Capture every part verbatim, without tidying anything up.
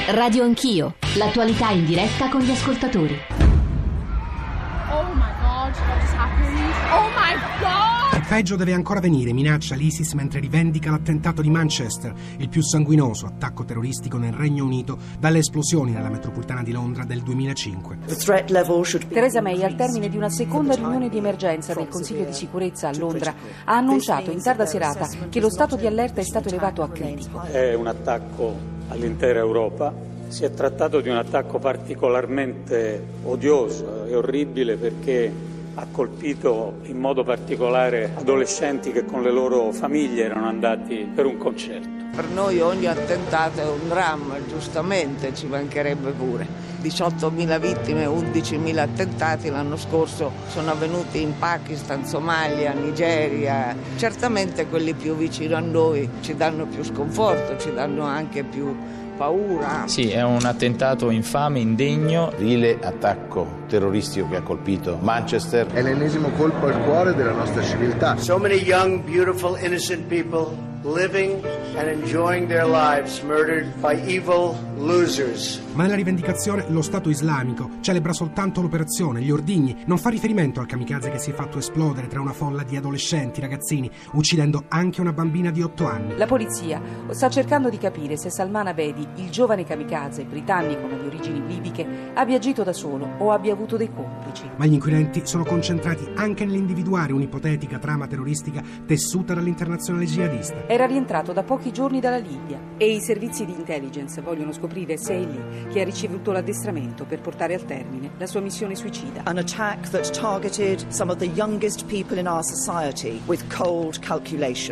Radio Anch'io, l'attualità in diretta con gli ascoltatori. Oh my God, what just happened? Oh my God! Il peggio deve ancora venire, minaccia l'ISIS mentre rivendica l'attentato di Manchester, il più sanguinoso attacco terroristico nel Regno Unito dalle esplosioni nella metropolitana di Londra del duemilacinque. Theresa May, al termine di una seconda riunione di emergenza del Consiglio di sicurezza a Londra, ha annunciato in tarda serata che lo stato di allerta è stato elevato a critico. È un attacco all'intera Europa. Si è trattato di un attacco particolarmente odioso e orribile perché ha colpito in modo particolare adolescenti che con le loro famiglie erano andati per un concerto. Per noi ogni attentato è un dramma, giustamente, ci mancherebbe pure. diciottomila vittime, undicimila attentati l'anno scorso sono avvenuti in Pakistan, Somalia, Nigeria. Certamente quelli più vicino a noi ci danno più sconforto, ci danno anche più paura. Sì, è un attentato infame, indegno. Vile attacco terroristico che ha colpito Manchester. È l'ennesimo colpo al cuore della nostra civiltà. So many young, beautiful, innocent people living and enjoying their lives murdered by evil losers. Ma nella rivendicazione lo Stato islamico celebra soltanto l'operazione, gli ordigni, non fa riferimento al kamikaze che si è fatto esplodere tra una folla di adolescenti, ragazzini, uccidendo anche una bambina di otto anni. La polizia sta cercando di capire se Salman Abedi, il giovane kamikaze britannico ma di origini libiche, abbia agito da solo o abbia avuto dei complici. Ma gli inquirenti sono concentrati anche nell'individuare un'ipotetica trama terroristica tessuta dall'internazionale jihadista. Era rientrato da pochi giorni dalla Libia e i servizi di intelligence vogliono scoprire se è lì che ha ricevuto l'addestramento per portare al termine la sua missione suicida. An attack that targeted some of the youngest people in our society with cold calculation.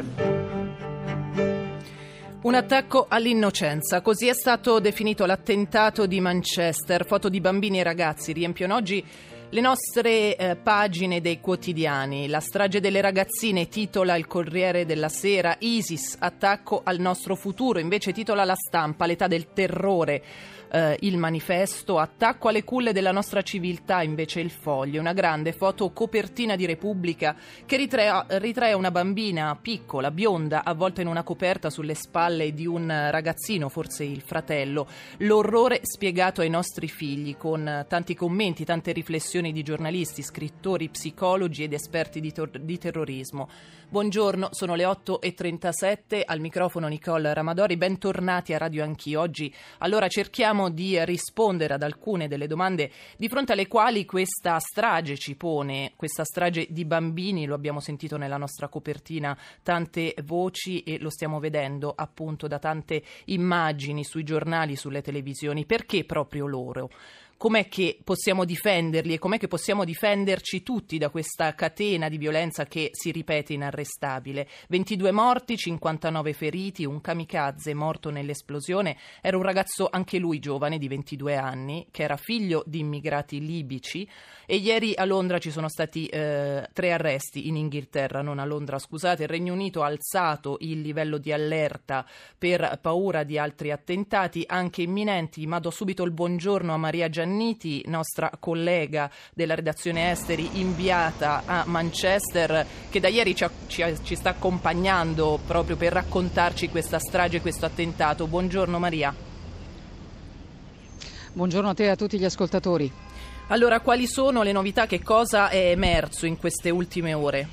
Un attacco all'innocenza, così è stato definito l'attentato di Manchester. Foto di bambini e ragazzi riempiono oggi le nostre eh, pagine dei quotidiani. La strage delle ragazzine, titola il Corriere della Sera. ISIS, attacco al nostro futuro. Invece titola La Stampa, l'età del terrore. Uh, il Manifesto, attacco alle culle della nostra civiltà, invece il Foglio, una grande foto copertina di Repubblica che ritrae, ritrae una bambina piccola, bionda, avvolta in una coperta sulle spalle di un ragazzino, forse il fratello. L'orrore spiegato ai nostri figli con tanti commenti, tante riflessioni di giornalisti, scrittori, psicologi ed esperti di, tor- di terrorismo. Buongiorno, sono le otto e trentasette, al microfono Nicole Ramadori, bentornati a Radio Anch'io. Oggi allora cerchiamo di rispondere ad alcune delle domande di fronte alle quali questa strage ci pone, questa strage di bambini. Lo abbiamo sentito nella nostra copertina, tante voci, e lo stiamo vedendo appunto da tante immagini sui giornali, sulle televisioni. Perché proprio loro? Com'è che possiamo difenderli e com'è che possiamo difenderci tutti da questa catena di violenza che si ripete inarrestabile? ventidue morti, cinquantanove feriti, un kamikaze morto nell'esplosione. Era un ragazzo, anche lui giovane, di ventidue anni, che era figlio di immigrati libici. E ieri a Londra ci sono stati eh, tre arresti, in Inghilterra, non a Londra, scusate. Il Regno Unito ha alzato il livello di allerta per paura di altri attentati, anche imminenti. Ma do subito il buongiorno a Maria Gianniti, nostra collega della redazione esteri inviata a Manchester, che da ieri ci, ci, ci sta accompagnando proprio per raccontarci questa strage, questo attentato. Buongiorno Maria. Buongiorno a te e a tutti gli ascoltatori. Allora, quali sono le novità? Che cosa è emerso in queste ultime ore?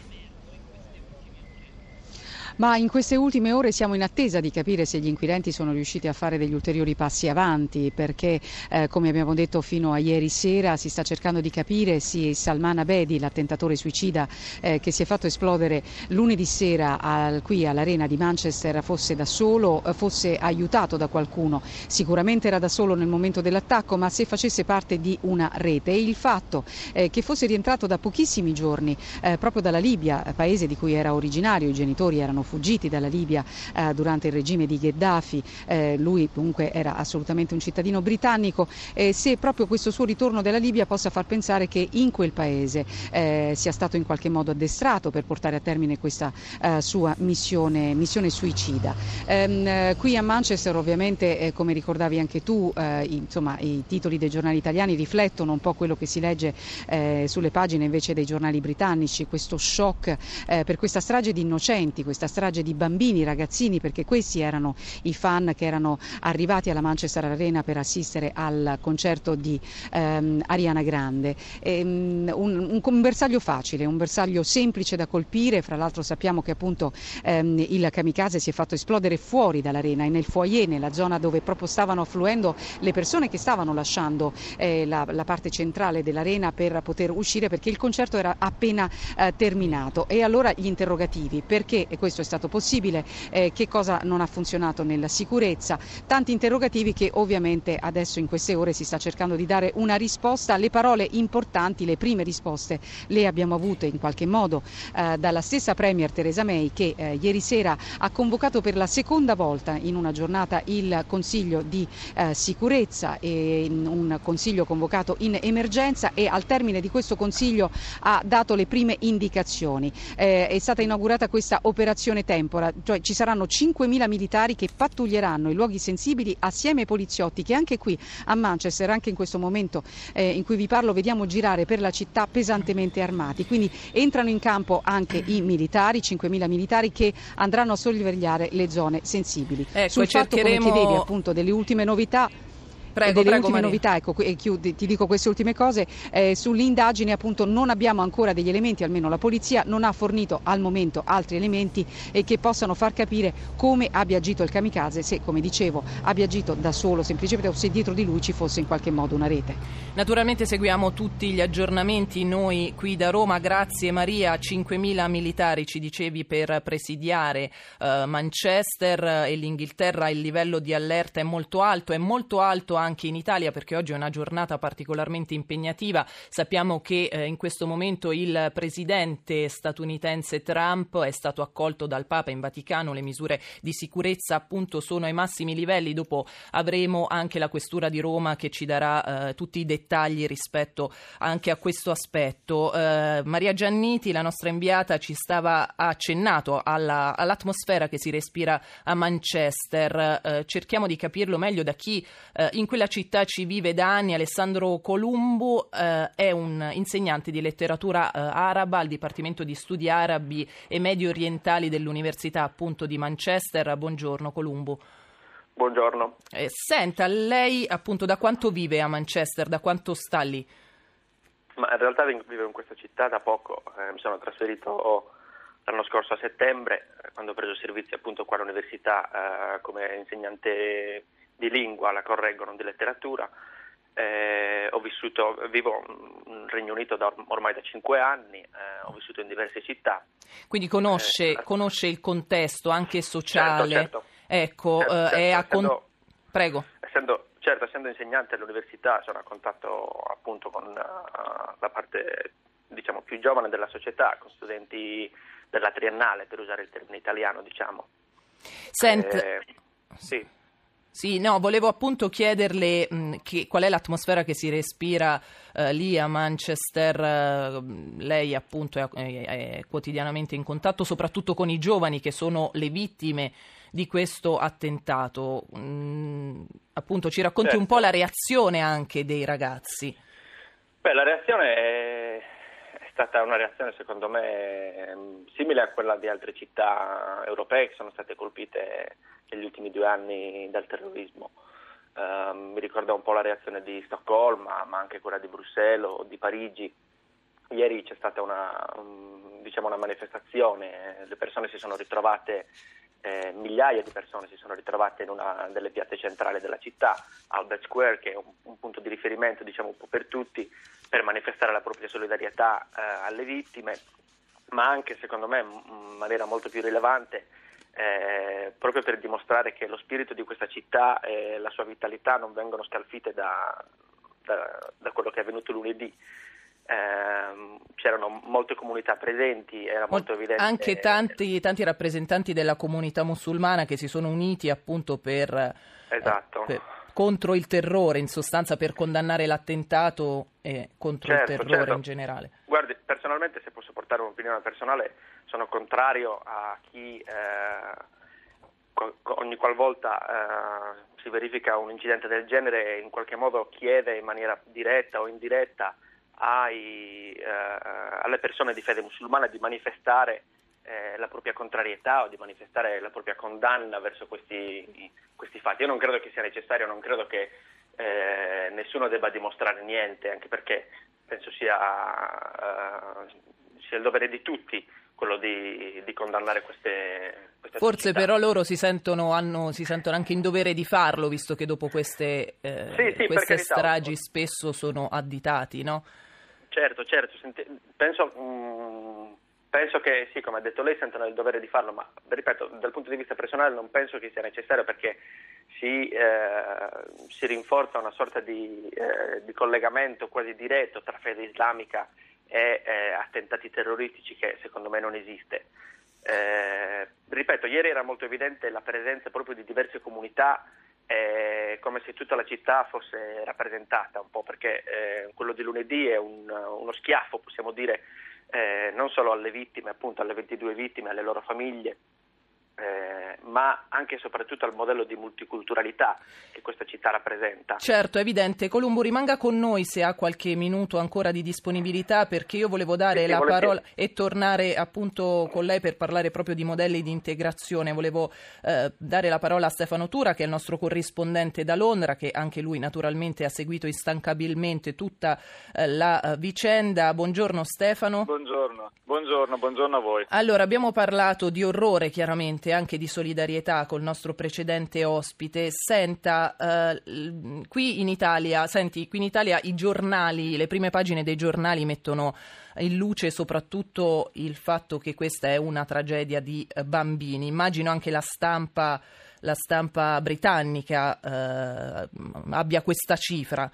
Ma in queste ultime ore siamo in attesa di capire se gli inquirenti sono riusciti a fare degli ulteriori passi avanti, perché eh, come abbiamo detto fino a ieri sera si sta cercando di capire se Salman Abedi, l'attentatore suicida eh, che si è fatto esplodere lunedì sera al, qui all'arena di Manchester, fosse da solo, fosse aiutato da qualcuno. Sicuramente era da solo nel momento dell'attacco, ma se facesse parte di una rete. E il fatto eh, che fosse rientrato da pochissimi giorni eh, proprio dalla Libia, paese di cui era originario, i genitori erano fuggiti dalla Libia eh, durante il regime di Gheddafi, eh, lui comunque era assolutamente un cittadino britannico, e se proprio questo suo ritorno dalla Libia possa far pensare che in quel paese eh, sia stato in qualche modo addestrato per portare a termine questa eh, sua missione, missione suicida. Ehm, eh, qui a Manchester ovviamente, eh, come ricordavi anche tu, eh, insomma, i titoli dei giornali italiani riflettono un po' quello che si legge eh, sulle pagine invece dei giornali britannici, questo shock eh, per questa strage di innocenti, questa strage di bambini, ragazzini, perché questi erano i fan che erano arrivati alla Manchester Arena per assistere al concerto di ehm, Ariana Grande. E, um, un, un, un bersaglio facile, un bersaglio semplice da colpire. Fra l'altro sappiamo che appunto ehm, il kamikaze si è fatto esplodere fuori dall'arena e nel foyer, nella zona dove proprio stavano affluendo le persone che stavano lasciando eh, la, la parte centrale dell'arena per poter uscire, perché il concerto era appena eh, terminato. E allora gli interrogativi: perché e questo è stato possibile, eh, che cosa non ha funzionato nella sicurezza, tanti interrogativi che ovviamente adesso in queste ore si sta cercando di dare una risposta. Le parole importanti, le prime risposte le abbiamo avute in qualche modo eh, dalla stessa Premier Theresa May, che eh, ieri sera ha convocato per la seconda volta in una giornata il Consiglio di eh, sicurezza, e un consiglio convocato in emergenza, e al termine di questo consiglio ha dato le prime indicazioni. Eh, è stata inaugurata questa operazione Tempora, cioè ci saranno cinquemila militari che pattuglieranno i luoghi sensibili assieme ai poliziotti che anche qui a Manchester, anche in questo momento eh, in cui vi parlo, vediamo girare per la città pesantemente armati. Quindi entrano in campo anche i militari, cinquemila militari che andranno a sorvegliare le zone sensibili. Ecco, Sul fatto, cercheremo... come chiedevi, appunto, delle ultime novità. Prego, e delle prego, ultime Maria. novità, ecco, e chiudi, ti dico queste ultime cose, eh, sull'indagine appunto non abbiamo ancora degli elementi, almeno la polizia non ha fornito al momento altri elementi e che possano far capire come abbia agito il kamikaze, se, come dicevo, abbia agito da solo semplicemente o se dietro di lui ci fosse in qualche modo una rete. Naturalmente seguiamo tutti gli aggiornamenti noi qui da Roma. Grazie Maria. cinquemila militari, ci dicevi, per presidiare eh, Manchester e l'Inghilterra. Il livello di allerta è molto alto, è molto alto anche in Italia, perché oggi è una giornata particolarmente impegnativa. Sappiamo che eh, in questo momento il presidente statunitense Trump è stato accolto dal Papa in Vaticano. Le misure di sicurezza appunto sono ai massimi livelli. Dopo avremo anche la Questura di Roma che ci darà eh, tutti i dettagli rispetto anche a questo aspetto. Eh, Maria Gianniti, la nostra inviata, ci stava accennato alla, all'atmosfera che si respira a Manchester. Eh, cerchiamo di capirlo meglio da chi eh, in quella città ci vive da anni. Alessandro Columbu eh, è un insegnante di letteratura eh, araba al Dipartimento di Studi Arabi e Medio Orientali dell'Università appunto di Manchester. Buongiorno Columbu. Buongiorno. Eh, senta, lei appunto da quanto vive a Manchester, da quanto sta lì? Ma in realtà vivo in questa città da poco, eh, mi sono trasferito l'anno scorso a settembre, quando ho preso servizi appunto qua all'università eh, come insegnante di lingua, la correggo, non di letteratura. Eh, ho vissuto, vivo in Regno Unito da, ormai da cinque anni, eh, ho vissuto in diverse città. Quindi conosce, eh, conosce il contesto anche sociale. Certo, certo. Ecco, certo, certo. è a con... essendo, Prego. Essendo, certo, essendo insegnante all'università sono a contatto appunto con uh, la parte diciamo più giovane della società, con studenti della triennale, per usare il termine italiano, diciamo. Senta... Eh, sì. Sì, no, volevo appunto chiederle mh, che, qual è l'atmosfera che si respira eh, lì a Manchester. Uh, lei appunto è, è, è quotidianamente in contatto soprattutto con i giovani che sono le vittime di questo attentato. Mm, appunto ci racconti certo. un po' la reazione anche dei ragazzi. Beh, la reazione è, è stata una reazione secondo me simile a quella di altre città europee che sono state colpite negli ultimi due anni dal terrorismo. Uh, mi ricorda un po' la reazione di Stoccolma, ma anche quella di Bruxelles o di Parigi. Ieri c'è stata una, um, diciamo una manifestazione, le persone si sono ritrovate, eh, migliaia di persone si sono ritrovate in una delle piazze centrali della città, Albert Square, che è un, un punto di riferimento diciamo un po' per tutti, per manifestare la propria solidarietà eh, alle vittime, ma anche secondo me in maniera molto più rilevante Eh, proprio per dimostrare che lo spirito di questa città e la sua vitalità non vengono scalfite da, da, da quello che è avvenuto lunedì. Eh, c'erano molte comunità presenti, era molto evidente. Anche tanti, tanti rappresentanti della comunità musulmana che si sono uniti appunto per, esatto. eh, per contro il terrore, in sostanza per condannare l'attentato e contro certo, il terrore certo. in generale. Guardi, personalmente, se posso portare un'opinione personale, sono contrario a chi eh, co- ogni qualvolta eh, si verifica un incidente del genere in qualche modo chiede in maniera diretta o indiretta ai, eh, alle persone di fede musulmana di manifestare eh, la propria contrarietà o di manifestare la propria condanna verso questi, questi fatti. Io non credo che sia necessario, non credo che eh, nessuno debba dimostrare niente, anche perché penso sia, uh, sia il dovere di tutti quello di, di condannare queste, queste Forse attività. Però loro si sentono, hanno, si sentono anche in dovere di farlo, visto che dopo queste, eh, sì, sì, queste carità, stragi spesso sono additati, no? Certo, certo, senti, penso, mh, penso che sì, come ha detto lei, sentono il dovere di farlo, ma ripeto, dal punto di vista personale non penso che sia necessario, perché si, eh, si rinforza una sorta di, eh, di collegamento quasi diretto tra fede islamica e eh, attentati terroristici, che secondo me non esiste. Eh, ripeto, ieri era molto evidente la presenza proprio di diverse comunità, eh, come se tutta la città fosse rappresentata un po', perché eh, quello di lunedì è un, uno schiaffo, possiamo dire, eh, non solo alle vittime, appunto alle ventidue vittime, alle loro famiglie, Eh, ma anche e soprattutto al modello di multiculturalità che questa città rappresenta. Certo, è evidente. Columbo, rimanga con noi se ha qualche minuto ancora di disponibilità, perché io volevo dare sì, la sì, parola e tornare appunto con lei per parlare proprio di modelli di integrazione. Volevo eh, dare la parola a Stefano Tura, che è il nostro corrispondente da Londra, che anche lui naturalmente ha seguito instancabilmente tutta eh, la uh, vicenda. Buongiorno Stefano. Buongiorno. Buongiorno, buongiorno a voi. Allora, abbiamo parlato di orrore, chiaramente, anche di solidarietà col nostro precedente ospite. Senta, eh, qui in Italia, senti, qui in Italia i giornali, le prime pagine dei giornali mettono in luce soprattutto il fatto che questa è una tragedia di eh, bambini. Immagino anche la stampa, la stampa britannica eh, abbia questa cifra.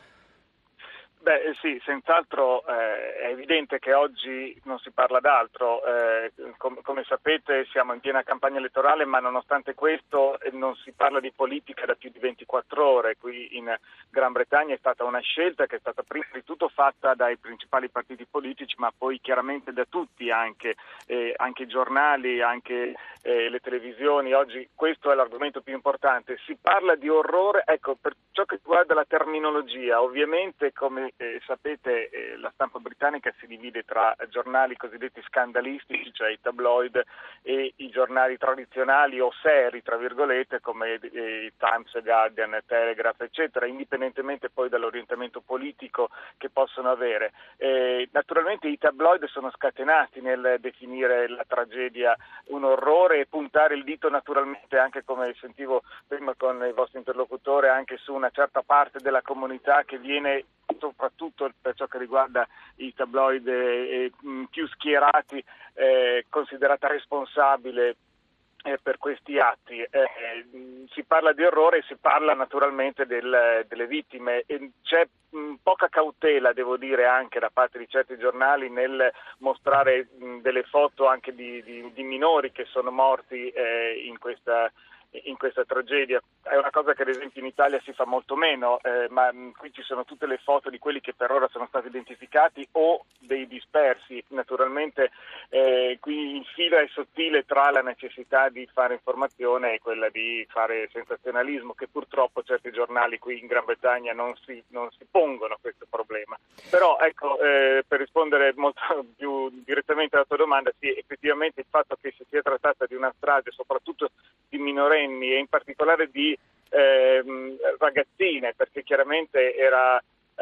Beh sì, senz'altro eh, è evidente che oggi non si parla d'altro, eh, com- come sapete siamo in piena campagna elettorale, ma nonostante questo eh, non si parla di politica da più di ventiquattro ore. Qui in Gran Bretagna è stata una scelta che è stata prima di tutto fatta dai principali partiti politici, ma poi chiaramente da tutti, anche, eh, anche i giornali, anche eh, le televisioni. Oggi questo è l'argomento più importante. Si parla di orrore, ecco, per ciò che riguarda la terminologia, ovviamente come Eh, sapete eh, la stampa britannica si divide tra giornali cosiddetti scandalistici, cioè i tabloid, e i giornali tradizionali o seri, tra virgolette, come eh, i Times, Guardian, Telegraph, eccetera, indipendentemente poi dall'orientamento politico che possono avere. Eh, naturalmente i tabloid sono scatenati nel definire la tragedia un orrore e puntare il dito, naturalmente, anche come sentivo prima con il vostro interlocutore, anche su una certa parte della comunità che viene, soprattutto per ciò che riguarda i tabloid eh, più schierati, eh, considerata responsabile eh, per questi atti. Eh, si parla di orrore e si parla naturalmente del, delle vittime. E c'è mh, poca cautela, devo dire, anche da parte di certi giornali nel mostrare mh, delle foto anche di, di, di minori che sono morti eh, in questa in questa tragedia. È una cosa che ad esempio in Italia si fa molto meno, eh, ma mh, qui ci sono tutte le foto di quelli che per ora sono stati identificati o dei dispersi. Naturalmente eh, qui il filo è sottile tra la necessità di fare informazione e quella di fare sensazionalismo, che purtroppo certi giornali qui in Gran Bretagna non si, non si pongono questo problema. Però ecco, eh, per rispondere molto più direttamente alla tua domanda, sì, effettivamente il fatto che si sia trattata di una strage soprattutto di minorenni e in particolare di eh, ragazzine, perché chiaramente era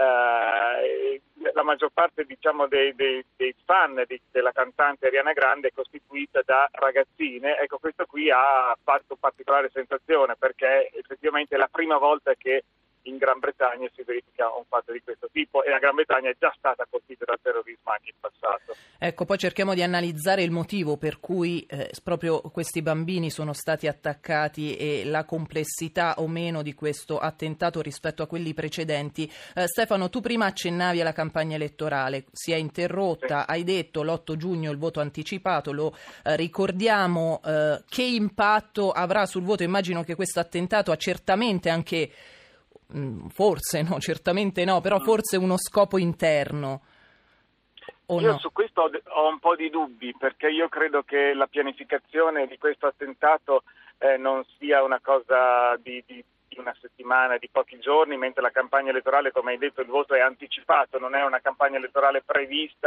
eh, la maggior parte, diciamo, dei, dei, dei fan di, della cantante Ariana Grande è costituita da ragazzine. Ecco, questo qui ha fatto particolare sensazione, perché effettivamente è la prima volta che in Gran Bretagna si verifica un fatto di questo tipo, e la Gran Bretagna è già stata colpita dal terrorismo anche in passato. Ecco, poi cerchiamo di analizzare il motivo per cui eh, proprio questi bambini sono stati attaccati e la complessità o meno di questo attentato rispetto a quelli precedenti. Eh, Stefano, tu prima accennavi alla campagna elettorale, si è interrotta, sì. Hai detto l'otto giugno il voto anticipato, lo eh, ricordiamo, eh, che impatto avrà sul voto? Immagino che questo attentato ha certamente anche forse no, certamente no, però forse uno scopo interno. O io no? Su questo ho, ho un po' di dubbi, perché io credo che la pianificazione di questo attentato eh, non sia una cosa di, di, di una settimana, di pochi giorni, mentre la campagna elettorale, come hai detto, il voto è anticipato, non è una campagna elettorale prevista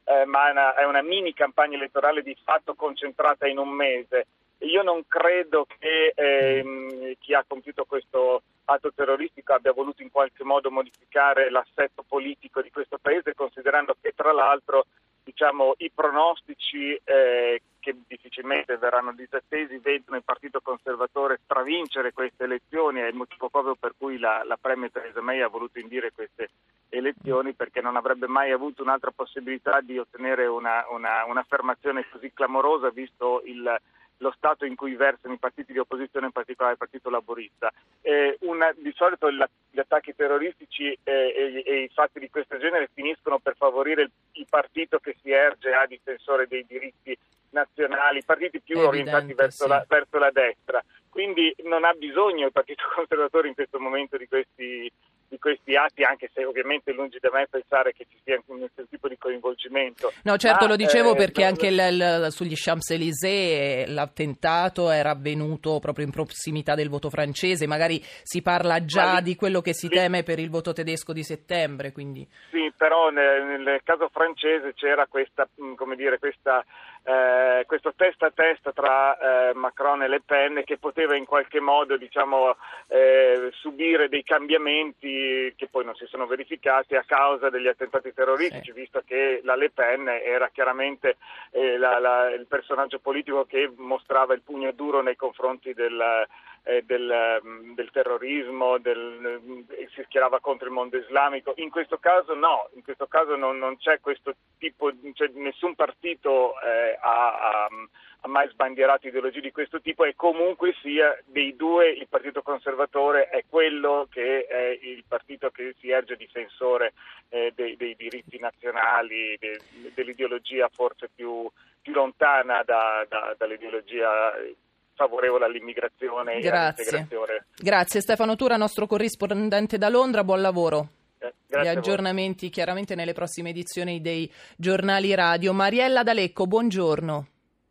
eh, ma è una, è una mini campagna elettorale di fatto concentrata in un mese. Io non credo che ehm, chi ha compiuto questo atto terroristico abbia voluto in qualche modo modificare l'assetto politico di questo paese, considerando che tra l'altro diciamo, i pronostici eh, che difficilmente verranno disattesi vedono il Partito Conservatore stravincere queste elezioni. È il motivo proprio per cui la, la Premier Theresa May ha voluto indire queste elezioni, perché non avrebbe mai avuto un'altra possibilità di ottenere una, una, un'affermazione così clamorosa, visto il lo stato in cui versano i partiti di opposizione, in particolare il Partito Laburista. Eh, una, di solito la, gli attacchi terroristici eh, e, e i fatti di questo genere finiscono per favorire il, il partito che si erge a difensore dei diritti nazionali, partiti più Evidente, orientati verso, sì. la, verso la destra. Quindi non ha bisogno il Partito Conservatore in questo momento di questi di questi atti, anche se ovviamente lungi da me pensare che ci sia questo tipo di coinvolgimento. No, certo, Ma, lo dicevo eh, perché no, anche il, il, sugli Champs-Élysées l'attentato era avvenuto proprio in prossimità del voto francese, magari si parla già lì, di quello che si lì, teme per il voto tedesco di settembre, quindi... Sì, però nel, nel caso francese c'era questa, come dire, questa Eh, questo testa a testa tra eh, Macron e Le Pen, che poteva in qualche modo diciamo eh, subire dei cambiamenti che poi non si sono verificati a causa degli attentati terroristici, sì. Visto che la Le Pen era chiaramente eh, la, la, il personaggio politico che mostrava il pugno duro nei confronti del Eh, del, del terrorismo, del, eh, si schierava contro il mondo islamico. In questo caso no, in questo caso non, non c'è questo tipo, cioè nessun partito eh, ha, ha, ha mai sbandierato ideologie di questo tipo, e comunque sia dei due il Partito Conservatore è quello che è il partito che si erge difensore eh, dei, dei diritti nazionali, de, dell'ideologia forse più, più lontana da, da, dall'ideologia favorevole all'immigrazione Grazie. e all'integrazione. Grazie Stefano Tura, nostro corrispondente da Londra, buon lavoro. Eh, Gli aggiornamenti chiaramente nelle prossime edizioni dei giornali radio. Mariella D'Alecco, buongiorno.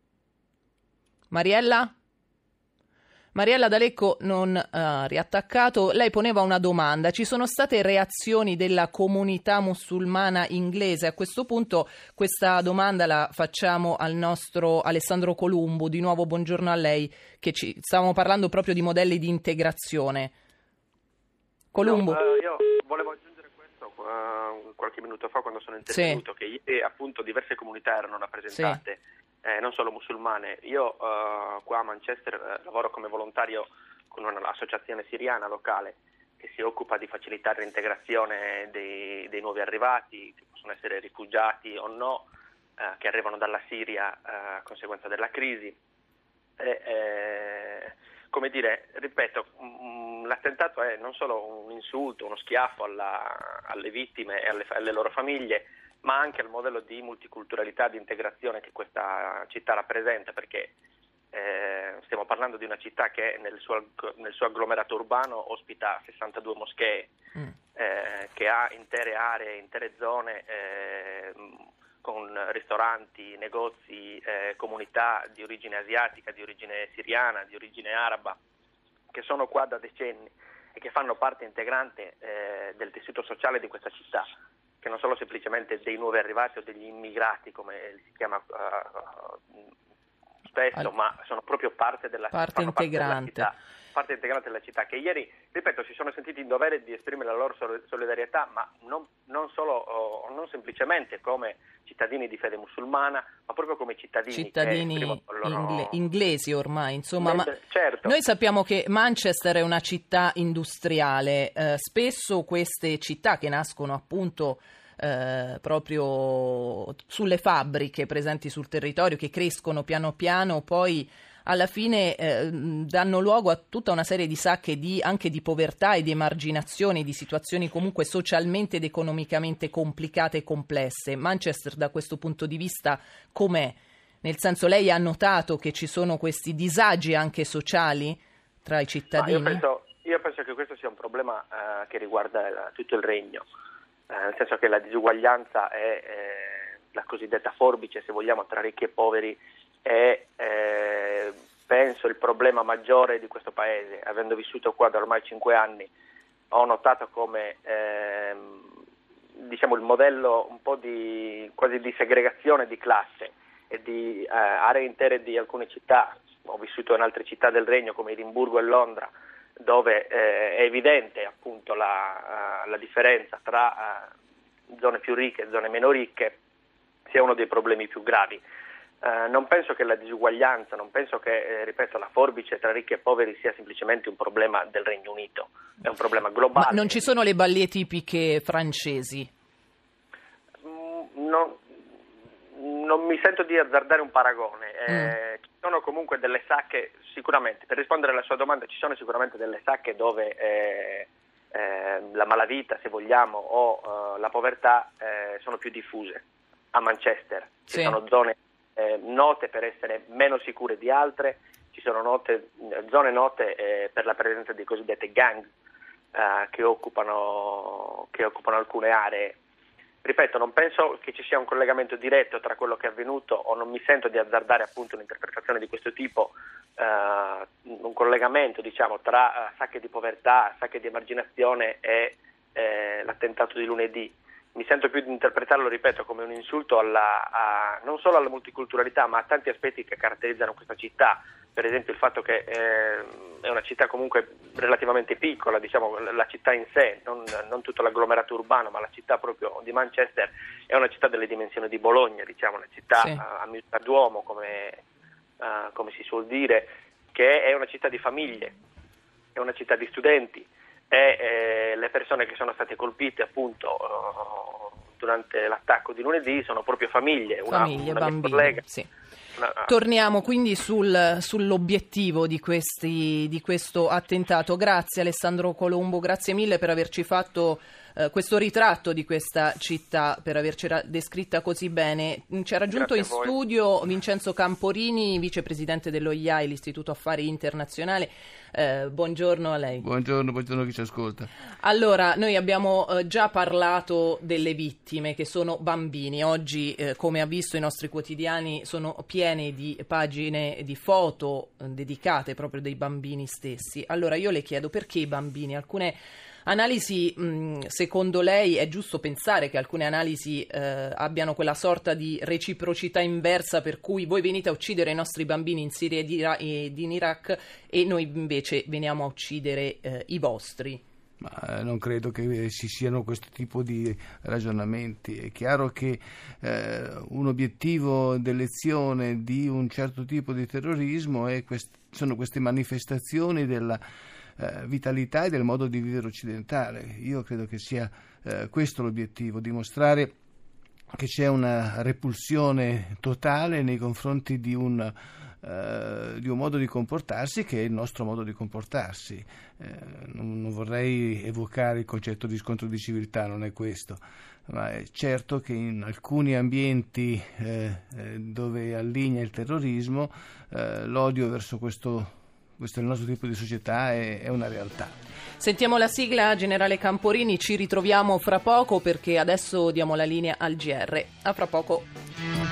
Mariella? Mariella D'Alecco non ha riattaccato. Lei poneva una domanda. Ci sono state reazioni della comunità musulmana inglese? A questo punto questa domanda la facciamo al nostro Alessandro Columbo. Di nuovo buongiorno a lei, che ci stavamo parlando proprio di modelli di integrazione. Columbo. No, uh, io volevo aggiungere questo uh, qualche minuto fa quando sono intervenuto, sì. che appunto diverse comunità erano rappresentate. Sì. Eh, non solo musulmane. Io uh, qua a Manchester eh, lavoro come volontario con un'associazione siriana locale che si occupa di facilitare l'integrazione dei, dei nuovi arrivati, che possono essere rifugiati o no, eh, che arrivano dalla Siria eh, a conseguenza della crisi. E, eh, come dire, ripeto, mh, l'attentato è non solo un insulto, uno schiaffo alla, alle vittime e alle, alle loro famiglie, ma anche al modello di multiculturalità, di integrazione che questa città rappresenta, perché eh, stiamo parlando di una città che nel suo, nel suo agglomerato urbano ospita sessantadue moschee, mm. eh, che ha intere aree, intere zone eh, con ristoranti, negozi, eh, comunità di origine asiatica, di origine siriana, di origine araba, che sono qua da decenni e che fanno parte integrante eh, del tessuto sociale di questa città, che non sono semplicemente dei nuovi arrivati o degli immigrati, come si chiama uh, spesso, All... ma sono proprio parte della, parte integrante. Parte della città, parte integrante della città, che ieri, ripeto, si sono sentiti in dovere di esprimere la loro solidarietà, ma non, non solo, oh, non semplicemente come cittadini di fede musulmana, ma proprio come cittadini, cittadini che loro... ingle- inglesi ormai, insomma. Nel... Ma certo. Noi sappiamo che Manchester è una città industriale, eh, spesso queste città che nascono appunto Eh, proprio sulle fabbriche presenti sul territorio, che crescono piano piano, poi alla fine eh, danno luogo a tutta una serie di sacche di, anche di povertà e di emarginazione, di situazioni comunque socialmente ed economicamente complicate e complesse. Manchester da questo punto di vista com'è? Nel senso, lei ha notato che ci sono questi disagi anche sociali tra i cittadini? Ma io, penso, io penso che questo sia un problema eh, che riguarda eh, tutto il regno. Eh, nel senso che la disuguaglianza è eh, la cosiddetta forbice, se vogliamo, tra ricchi e poveri, è eh, penso il problema maggiore di questo paese. Avendo vissuto qua da ormai cinque anni, ho notato come eh, diciamo il modello un po' di quasi di segregazione di classe e di eh, aree intere di alcune città. Ho vissuto in altre città del Regno come Edimburgo e Londra, dove eh, è evidente appunto la, uh, la differenza tra uh, zone più ricche e zone meno ricche sia uno dei problemi più gravi. Uh, non penso che la disuguaglianza, non penso che, eh, ripeto, la forbice tra ricchi e poveri sia semplicemente un problema del Regno Unito, è un problema globale. Ma non ci sono le ballie tipiche francesi? Mm, no, non mi sento di azzardare un paragone. Eh, mm. Ci sono comunque delle sacche, sicuramente, per rispondere alla sua domanda, ci sono sicuramente delle sacche dove eh, eh, la malavita, se vogliamo, o eh, la povertà eh, sono più diffuse. A Manchester ci sì. sono zone eh, note per essere meno sicure di altre, ci sono note, zone note eh, per la presenza di cosiddette gang eh, che occupano, che occupano alcune aree. Ripeto, non penso che ci sia un collegamento diretto tra quello che è avvenuto, o non mi sento di azzardare appunto un'interpretazione di questo tipo, eh, un collegamento diciamo tra uh, sacche di povertà, sacche di emarginazione e eh, l'attentato di lunedì. Mi sento più di interpretarlo, ripeto, come un insulto alla, a, non solo alla multiculturalità, ma a tanti aspetti che caratterizzano questa città. Per esempio il fatto che eh, è una città comunque relativamente piccola, diciamo la città in sé, non, non tutto l'agglomerato urbano, ma la città proprio di Manchester è una città delle dimensioni di Bologna, diciamo una città sì. a, a misura d'uomo, come, uh, come si suol dire, che è una città di famiglie, è una città di studenti. E eh, le persone che sono state colpite appunto uh, durante l'attacco di lunedì sono proprio famiglie, una, famiglie, una bambini, collega. Sì. Una, Torniamo quindi sul, sull'obiettivo di, questi, di questo attentato. Grazie Alessandro Colombo, grazie mille per averci fatto eh, questo ritratto di questa città, per avercela descritta così bene. Ci ha raggiunto in studio Vincenzo Camporini, vicepresidente dell'O I A E, l'Istituto Affari Internazionali. Eh, buongiorno a lei. Buongiorno, buongiorno a chi ci ascolta. Allora, noi abbiamo eh, già parlato delle vittime, che sono bambini. Oggi, eh, come ha visto i nostri quotidiani, sono piene di pagine di foto eh, dedicate proprio dei bambini stessi. Allora, io le chiedo perché i bambini? Alcune analisi, mh, secondo lei è giusto pensare che alcune analisi eh, abbiano quella sorta di reciprocità inversa, per cui voi venite a uccidere i nostri bambini in Siria ed Ira- ed in Iraq e noi invece veniamo a uccidere eh, i vostri? Ma non credo che ci siano questo tipo di ragionamenti. È chiaro che eh, un obiettivo d'elezione di un certo tipo di terrorismo è quest- sono queste manifestazioni della eh, vitalità e del modo di vivere occidentale. Io credo che sia eh, questo l'obiettivo, dimostrare che c'è una repulsione totale nei confronti di un Uh, di un modo di comportarsi che è il nostro modo di comportarsi. Uh, non, non vorrei evocare il concetto di scontro di civiltà, non è questo, ma è certo che in alcuni ambienti eh, eh, dove alligna il terrorismo eh, l'odio verso questo, questo il nostro tipo di società è, è una realtà. Sentiamo la sigla, generale Camporini, ci ritroviamo fra poco perché adesso diamo la linea al G R. A fra poco.